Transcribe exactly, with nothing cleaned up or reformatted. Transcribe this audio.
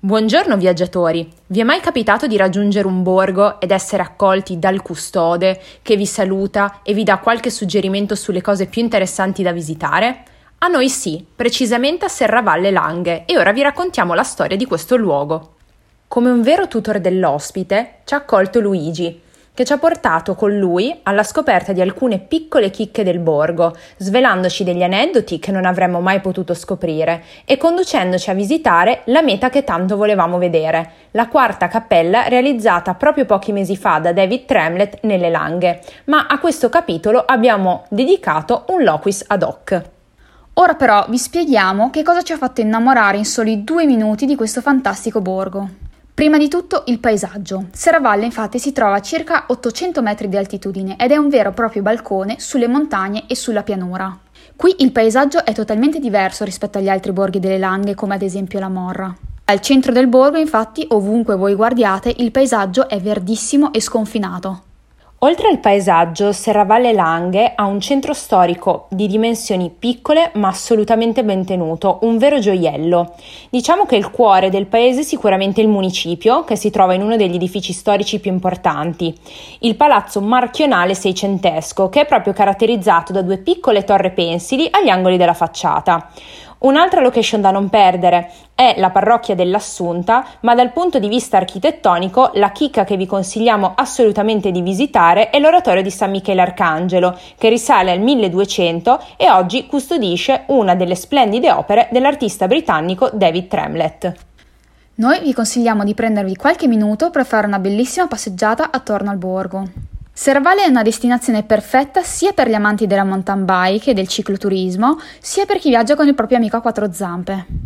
Buongiorno viaggiatori, vi è mai capitato di raggiungere un borgo ed essere accolti dal custode che vi saluta e vi dà qualche suggerimento sulle cose più interessanti da visitare? A noi sì, precisamente a Serravalle Langhe, e ora vi raccontiamo la storia di questo luogo. Come un vero tutor dell'ospite ci ha accolto Luigi, che ci ha portato con lui alla scoperta di alcune piccole chicche del borgo, svelandoci degli aneddoti che non avremmo mai potuto scoprire e conducendoci a visitare la meta che tanto volevamo vedere, la quarta cappella realizzata proprio pochi mesi fa da David Tremlett nelle Langhe, ma a questo capitolo abbiamo dedicato un loquis ad hoc. Ora però vi spieghiamo che cosa ci ha fatto innamorare in soli due minuti di questo fantastico borgo. Prima di tutto il paesaggio. Serravalle infatti si trova a circa ottocento metri di altitudine ed è un vero e proprio balcone sulle montagne e sulla pianura. Qui il paesaggio è totalmente diverso rispetto agli altri borghi delle Langhe, come ad esempio la Morra. Al centro del borgo, infatti, ovunque voi guardiate, il paesaggio è verdissimo e sconfinato. Oltre al paesaggio, Serravalle Langhe ha un centro storico di dimensioni piccole ma assolutamente ben tenuto, un vero gioiello. Diciamo che il cuore del paese è sicuramente il municipio, che si trova in uno degli edifici storici più importanti, il Palazzo Marchionale seicentesco, che è proprio caratterizzato da due piccole torri pensili agli angoli della facciata. Un'altra location da non perdere è la parrocchia dell'Assunta, ma dal punto di vista architettonico la chicca che vi consigliamo assolutamente di visitare è l'oratorio di San Michele Arcangelo, che risale al milleduecento e oggi custodisce una delle splendide opere dell'artista britannico David Tremlett. Noi vi consigliamo di prendervi qualche minuto per fare una bellissima passeggiata attorno al borgo. Serravalle è una destinazione perfetta sia per gli amanti della mountain bike e del cicloturismo, sia per chi viaggia con il proprio amico a quattro zampe.